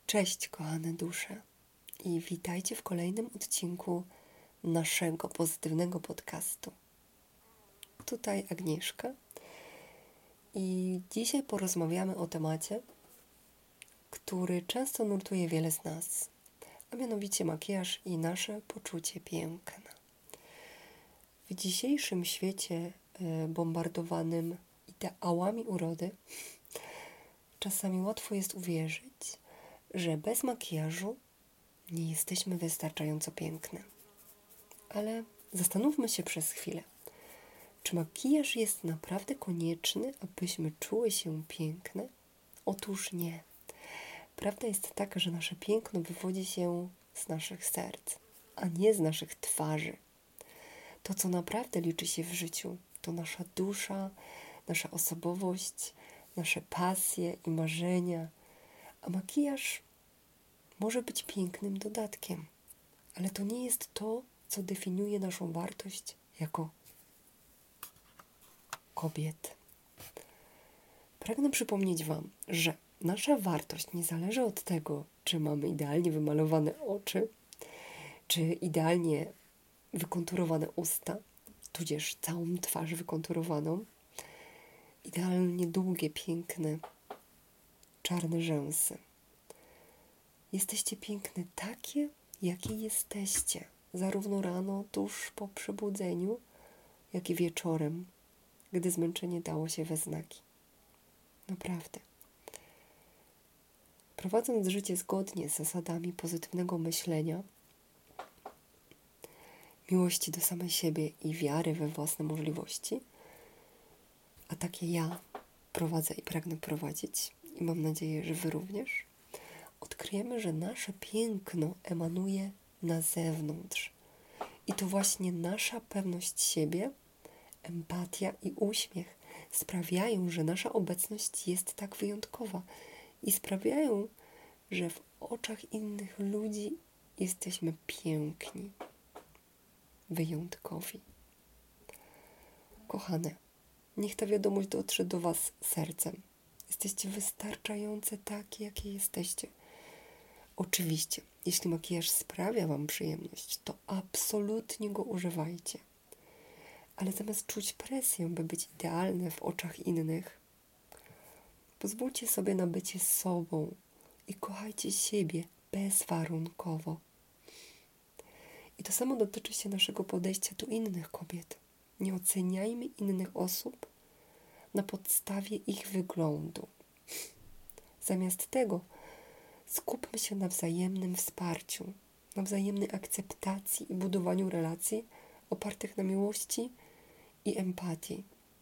Cześć, kochane dusze, i witajcie w kolejnym odcinku naszego pozytywnego podcastu. Tutaj Agnieszka i dzisiaj porozmawiamy o temacie, który często nurtuje wiele z nas, a mianowicie makijaż i nasze poczucie piękna. W dzisiejszym świecie bombardowanym ideałami urody czasami łatwo jest uwierzyć, że bez makijażu nie jesteśmy wystarczająco piękne. Ale zastanówmy się przez chwilę. Czy makijaż jest naprawdę konieczny, abyśmy czuły się piękne? Otóż nie. Prawda jest taka, że nasze piękno wywodzi się z naszych serc, a nie z naszych twarzy. To, co naprawdę liczy się w życiu, to nasza dusza, nasza osobowość, nasze pasje i marzenia. A makijaż może być pięknym dodatkiem, ale to nie jest to, co definiuje naszą wartość jako kobiet. Pragnę przypomnieć Wam, że nasza wartość nie zależy od tego, czy mamy idealnie wymalowane oczy, czy idealnie wykonturowane usta, tudzież całą twarz wykonturowaną, idealnie długie, piękne, czarne rzęsy. Jesteście piękne takie, jakie jesteście, zarówno rano, tuż po przebudzeniu, jak i wieczorem, gdy zmęczenie dało się we znaki. Naprawdę. Prowadząc życie zgodnie z zasadami pozytywnego myślenia, miłości do samej siebie i wiary we własne możliwości, a takie ja prowadzę i pragnę prowadzić i mam nadzieję, że Wy również, odkryjemy, że nasze piękno emanuje na zewnątrz. I to właśnie nasza pewność siebie, empatia i uśmiech sprawiają, że nasza obecność jest tak wyjątkowa i sprawiają, że w oczach innych ludzi jesteśmy piękni, wyjątkowi. Kochane, niech ta wiadomość dotrze do Was sercem. Jesteście wystarczające takie, jakie jesteście. Oczywiście, jeśli makijaż sprawia Wam przyjemność, to absolutnie go używajcie. Ale zamiast czuć presję, by być idealne w oczach innych, pozwólcie sobie na bycie sobą i kochajcie siebie bezwarunkowo. I to samo dotyczy się naszego podejścia do innych kobiet. Nie oceniajmy innych osób na podstawie ich wyglądu. Zamiast tego skupmy się na wzajemnym wsparciu, na wzajemnej akceptacji i budowaniu relacji opartych na miłości i empatii.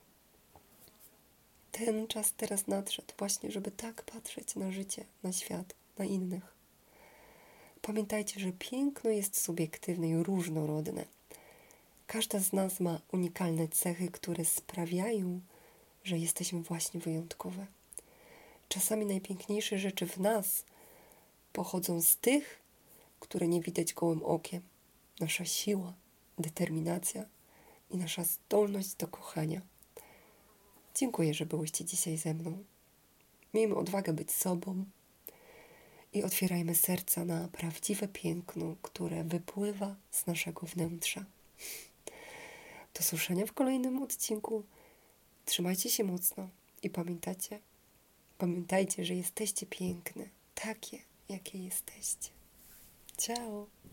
Ten czas teraz nadszedł właśnie, żeby tak patrzeć na życie, na świat, na innych. Pamiętajcie, że piękno jest subiektywne i różnorodne. Każda z nas ma unikalne cechy, które sprawiają, że jesteśmy właśnie wyjątkowe. Czasami najpiękniejsze rzeczy w nas pochodzą z tych, które nie widać gołym okiem. Nasza siła, determinacja i nasza zdolność do kochania. Dziękuję, że byłyście dzisiaj ze mną. Miejmy odwagę być sobą i otwierajmy serca na prawdziwe piękno, które wypływa z naszego wnętrza. Do słyszenia w kolejnym odcinku. Trzymajcie się mocno i pamiętajcie, że jesteście piękne, takie, jakie jesteście. Ciao!